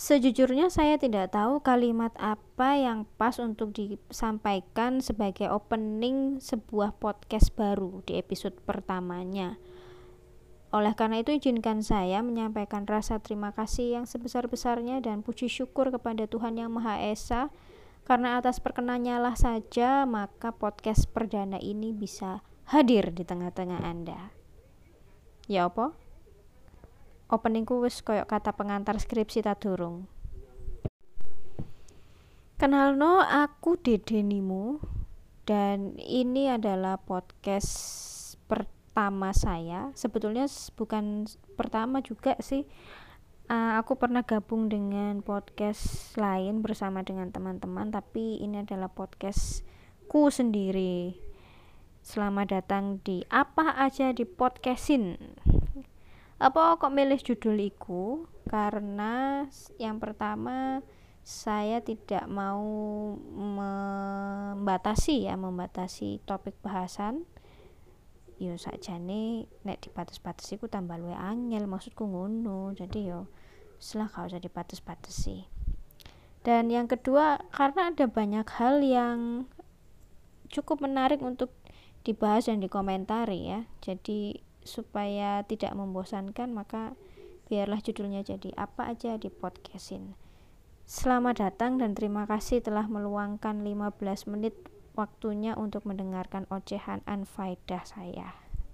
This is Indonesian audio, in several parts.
Sejujurnya saya tidak tahu kalimat apa yang pas untuk disampaikan sebagai opening sebuah podcast baru di episode pertamanya. Oleh karena itu izinkan saya menyampaikan rasa terima kasih yang sebesar-besarnya dan puji syukur kepada Tuhan Yang Maha Esa, karena atas perkenannya lah saja maka podcast perdana ini bisa hadir di tengah-tengah Anda. Ya apa? Openingku wis koyok kata pengantar skripsi ta durung. Kenalno, aku Dedenimu dan ini adalah podcast pertama saya. Sebetulnya bukan pertama juga sih. Aku pernah gabung dengan podcast lain bersama dengan teman-teman, tapi ini adalah podcastku sendiri. Selamat datang di Apa Aja di Podcastin. Apa kok milih judul iku? Karena yang pertama saya tidak mau membatasi topik bahasan. Yo sakjane nek dibatas-batasi ku tambah luwih angel, maksudku ngono. Jadi yo selah gak usah dibatas-batasi. Dan yang kedua, karena ada banyak hal yang cukup menarik untuk dibahas dan dikomentari ya. Jadi supaya tidak membosankan, maka biarlah judulnya jadi Apa Aja di Podcastin. Selamat datang dan terima kasih telah meluangkan 15 menit waktunya untuk mendengarkan ocehan anfaedah saya.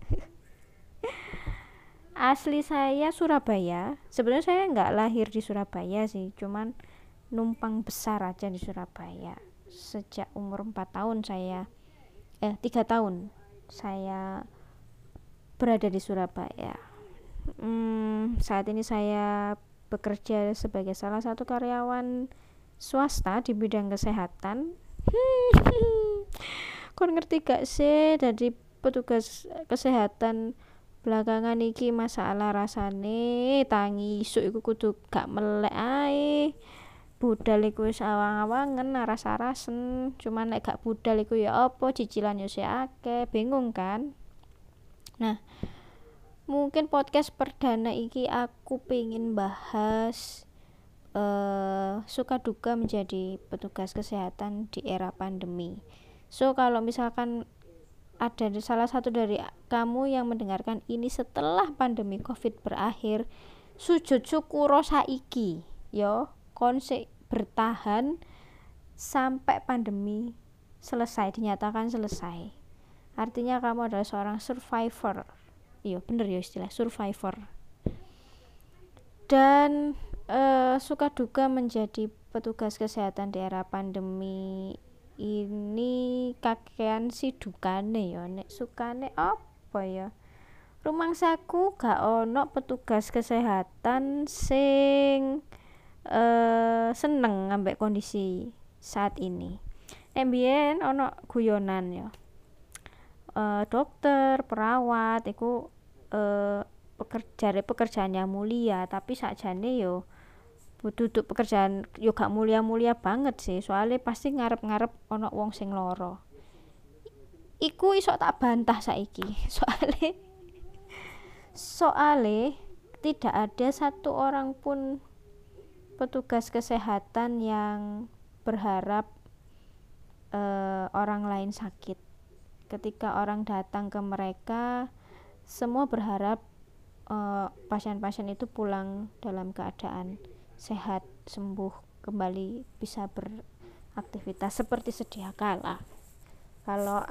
Asli saya Surabaya. Sebenarnya saya nggak lahir di Surabaya sih, cuman numpang besar aja di Surabaya. Sejak umur 4 tahun 3 tahun saya berada di Surabaya. Saat ini saya bekerja sebagai salah satu karyawan swasta di bidang kesehatan. Kon ngerti gak sih, dari petugas kesehatan belakangan iki masalah rasane tangi isuk iku kudu gak melek ae. Budal iku wis awang-awangen aras-arasen, cuman nek gak budal iku ya apa, cicilan yo sik akeh, bingung kan. Nah, mungkin podcast perdana iki aku pengen bahas suka duka menjadi petugas kesehatan di era pandemi. So kalau misalkan ada salah satu dari kamu yang mendengarkan ini setelah pandemi Covid berakhir, sujud syukur saiki yo, konsek bertahan sampai pandemi selesai, dinyatakan selesai. Artinya kamu adalah seorang survivor. Iya bener ya istilah survivor. Dan suka duka menjadi petugas kesehatan di era pandemi ini kakean si dukane ya. Nek sukane apa ya, rumangsaku gak ono petugas kesehatan sing seneng ambek kondisi saat ini. Nek biyen ono guyonan ya, dokter, perawat iku pekerjaan yang mulia, tapi sakjane yo duduk pekerjaan yo gak mulia-mulia banget sih, soalnya pasti ngarep-ngarep ono wong sing loro. Iku iso tak bantah saiki. Soale tidak ada satu orang pun petugas kesehatan yang berharap orang lain sakit. Ketika orang datang ke mereka, semua berharap pasien-pasien itu pulang dalam keadaan sehat, sembuh, kembali bisa beraktivitas seperti sedia kala. Kalau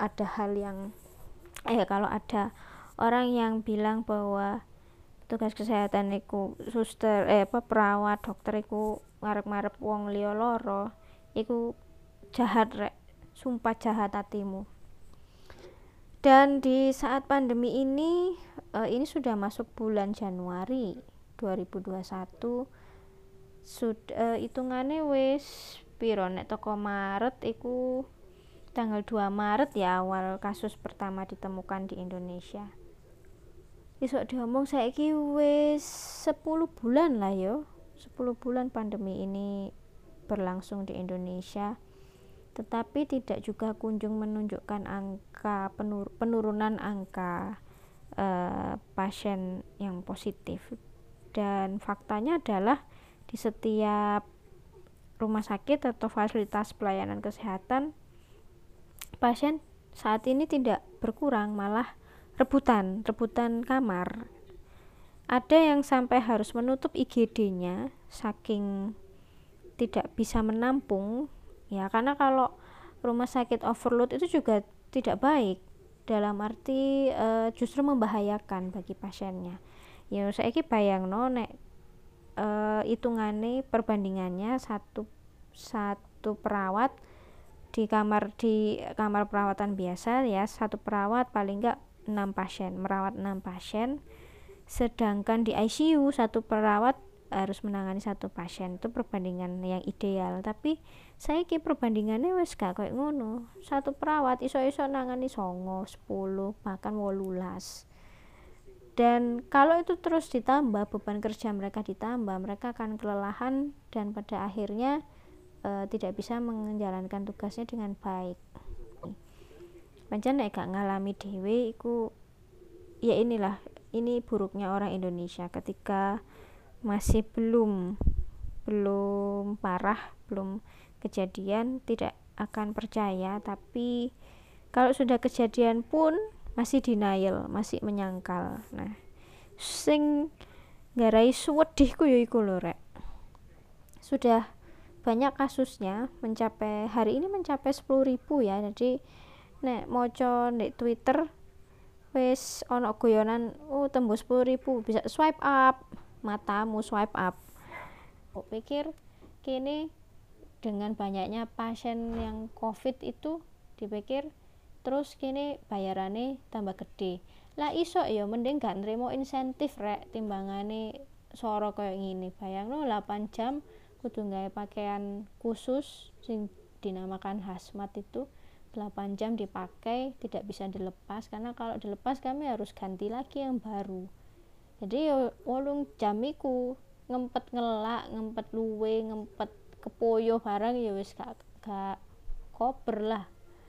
ada orang yang bilang bahwa petugas kesehatan iku suster perawat, dokter iku ngarep-ngarep wong liya lara, iku jahat rek, sumpah jahat hatimu. Dan di saat pandemi ini sudah masuk bulan Januari 2021, hitungane wis piro, nek toko Maret iku tanggal 2 Maret ya awal kasus pertama ditemukan di Indonesia. Iso diomong saiki wis 10 bulan lah yo. 10 bulan pandemi ini berlangsung di Indonesia, tetapi tidak juga kunjung menunjukkan angka penurunan angka pasien yang positif. Dan faktanya adalah di setiap rumah sakit atau fasilitas pelayanan kesehatan, pasien saat ini tidak berkurang, malah rebutan kamar. Ada yang sampai harus menutup IGD-nya saking tidak bisa menampung, ya, karena kalau rumah sakit overload itu juga tidak baik, dalam arti justru membahayakan bagi pasiennya. Ya saiki bayangno nek hitungane perbandingannya satu perawat di kamar perawatan biasa, ya, satu perawat paling enggak 6 pasien, merawat 6 pasien, sedangkan di ICU satu perawat harus menangani satu pasien. Itu perbandingan yang ideal, tapi saiki perbandingannya wis gak koyo ngono. Satu perawat iso-iso nangani 9, 10, bahkan 18. Dan kalau itu terus ditambah, beban kerja mereka ditambah, mereka akan kelelahan dan pada akhirnya tidak bisa menjalankan tugasnya dengan baik. Pancen nek gak ngalami dhewe iku, ya inilah, ini buruknya orang Indonesia ketika masih belum parah, belum kejadian tidak akan percaya, tapi kalau sudah kejadian pun masih denial, masih menyangkal. Nah, sing nggarai suwedih ku ya iku lho rek. Sudah banyak kasusnya, hari ini mencapai 10.000 ya. Jadi nek moco di Twitter wis ono guyonan tembus 10.000, bisa swipe up, matamu swipe up. Kok pikir kini dengan banyaknya pasien yang COVID itu dipikir terus kini bayarannya tambah gede. Lah iso ya mending gak nrimo insentif rek timbangane soro koyo ngene. Bayangno 8 jam kudu nggawe pakaian khusus sing dinamakan hazmat, itu 8 jam dipakai, tidak bisa dilepas, karena kalau dilepas kami harus ganti lagi yang baru. Jadi 8 jam iku ngempet ngelak, ngempet luwe, ngempet kepoyo barang ya wis gak kober lah.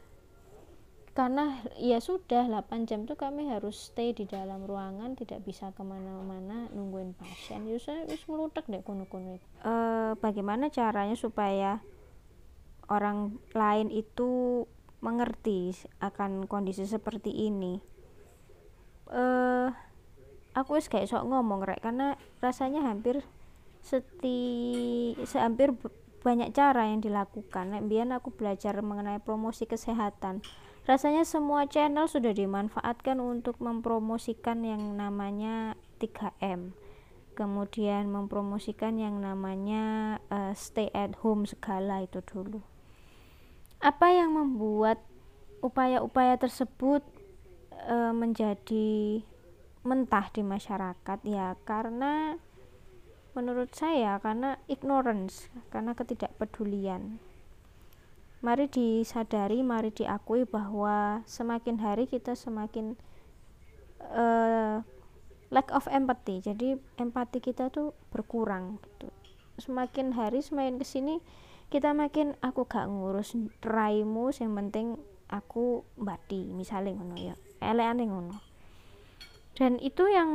Karena ya sudah 8 jam itu kami harus stay di dalam ruangan, tidak bisa kemana-mana nungguin pasien. Yusuf wis melutek deh kono-kono. Bagaimana caranya supaya orang lain itu mengerti akan kondisi seperti ini? Aku wis gak iso ngomong rek, karena rasanya hampir banyak cara yang dilakukan. Nek mbiyen aku belajar mengenai promosi kesehatan, rasanya semua channel sudah dimanfaatkan untuk mempromosikan yang namanya 3M, kemudian mempromosikan yang namanya stay at home segala itu dulu. Apa yang membuat upaya-upaya tersebut menjadi mentah di masyarakat? Ya karena menurut saya karena ignorance, karena ketidakpedulian. Mari disadari, mari diakui bahwa semakin hari kita semakin lack of empathy. Jadi empati kita tuh berkurang gitu. Semakin hari semakin kesini kita makin aku gak ngurus raimu, yang penting aku mbati, misalnya ngono ya, eleane ngono. Dan itu yang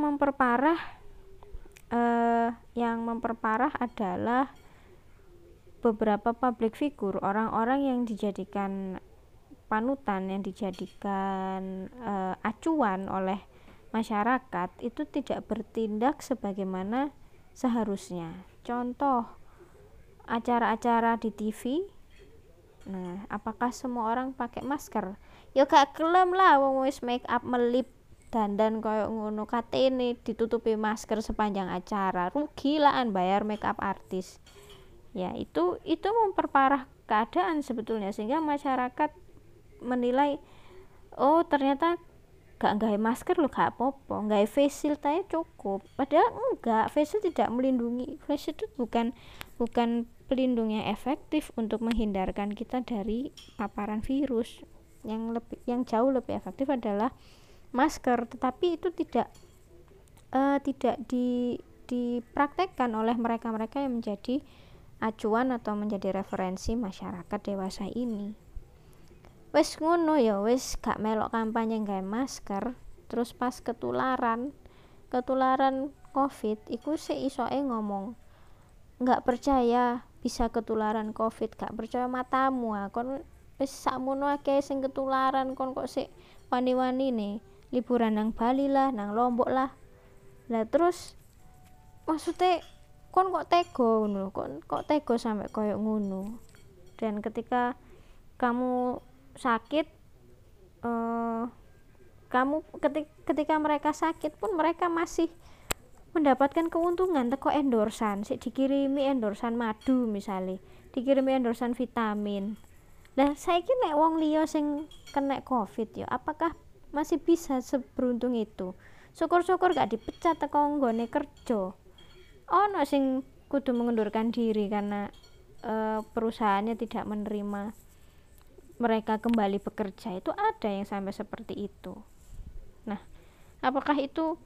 memperparah adalah beberapa public figure, orang-orang yang dijadikan panutan, yang dijadikan acuan oleh masyarakat, itu tidak bertindak sebagaimana seharusnya. Contoh acara-acara di TV, nah apakah semua orang pakai masker? Ya gak kelem lah, wong wis make up melip dandan koyo ngono, katene ditutupi masker sepanjang acara, rugi lah bayar make up artis. Ya itu memperparah keadaan sebetulnya, sehingga masyarakat menilai ternyata gak nggawe masker lo gak apa-apa, nggawe face shield aja cukup. Padahal enggak, face shield tidak melindungi. Face shield itu bukan pelindung yang efektif untuk menghindarkan kita dari paparan virus. Yang jauh lebih efektif adalah masker, tetapi itu tidak dipraktekkan oleh mereka-mereka yang menjadi acuan atau menjadi referensi masyarakat dewasa ini. Wes ngono ya, wes gak melok kampanye nggawe masker, terus pas ketularan COVID iku sik isoke ngomong nggak percaya bisa ketularan covid, gak percaya matamu kon wis sakmono akeh sing ketularan kon kok sik wani-wani nih liburan nang Bali lah, nang Lombok lah. Lah terus maksudnya kon kok tega ngono, kok tega sampai koyo ngono. Dan ketika kamu sakit, kamu ketika mereka sakit pun mereka masih mendapatkan keuntungan teko endorsan, sik dikirimi endorsan madu misalnya, dikirimi endorsan vitamin. Lah saiki nek wong liya sing kena covid ya, apakah masih bisa seberuntung itu? Syukur-syukur gak dipecat teko nggone kerja. Ono sing kudu mengundurkan diri karena perusahaannya tidak menerima mereka kembali bekerja. Itu ada yang sampai seperti itu. Nah, apakah itu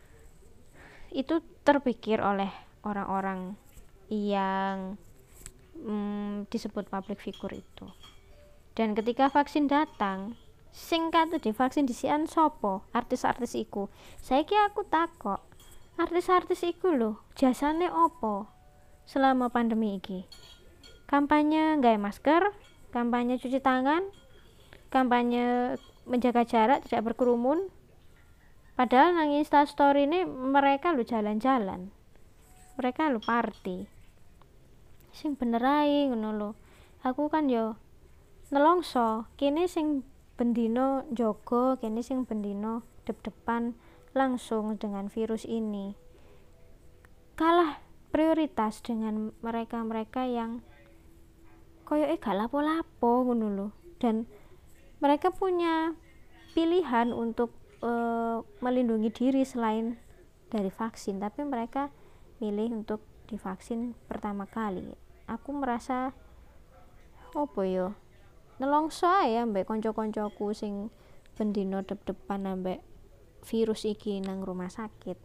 terpikir oleh orang-orang yang disebut public figure itu? Dan ketika vaksin datang, sing kate divaksin disian sopo? Artis-artis iku. Saiki aku takok, artis-artis iku lho jasane opo selama pandemi iki? Kampanye gawe masker, kampanye cuci tangan, kampanye menjaga jarak, tidak berkerumun. Padahal nang Instastory ini mereka lu jalan-jalan, mereka lu party. Sing bener ae ngono lho. Aku kan yo nelongso, kene sing bendino jogo, kene sing bendino dep-depan langsung dengan virus ini. Kalah prioritas dengan mereka-mereka yang koyoke gak lapo-lapo ngono lho. Dan mereka punya pilihan untuk melindungi diri selain dari vaksin, tapi mereka milih untuk divaksin pertama kali. Aku merasa opo yo nelongso ae ambek kanca-kancaku sing bendino dep-depan ambek virus iki nang rumah sakit.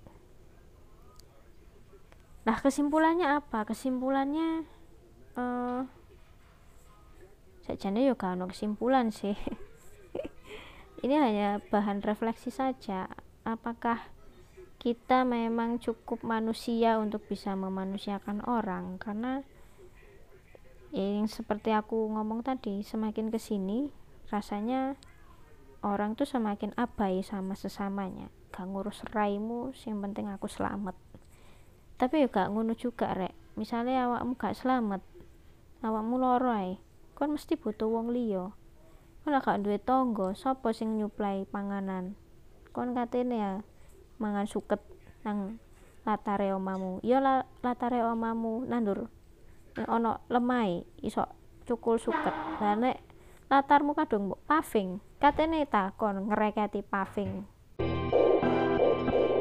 Nah, kesimpulannya apa? Kesimpulannya sajane yo gak ono kesimpulan sih. Ini hanya bahan refleksi saja. Apakah kita memang cukup manusia untuk bisa memanusiakan orang? Karena yang seperti aku ngomong tadi, semakin kesini rasanya orang tuh semakin abai sama sesamanya. Gak ngurus raimu, yang penting aku selamat. Tapi ya gak ngono juga rek. Misalnya awakmu gak selamat, awakmu loro ae, kon mesti butuh wong liya. Kon gak duwe tangga, sapa sing nyuplai panganan? Kon katene ya mangan suket nang latare omamu. Ya latare omamu nandur ono lemai iso cukul suket. Lah nek latarmu kadung mbok paving, katene ta kon ngreketi paving.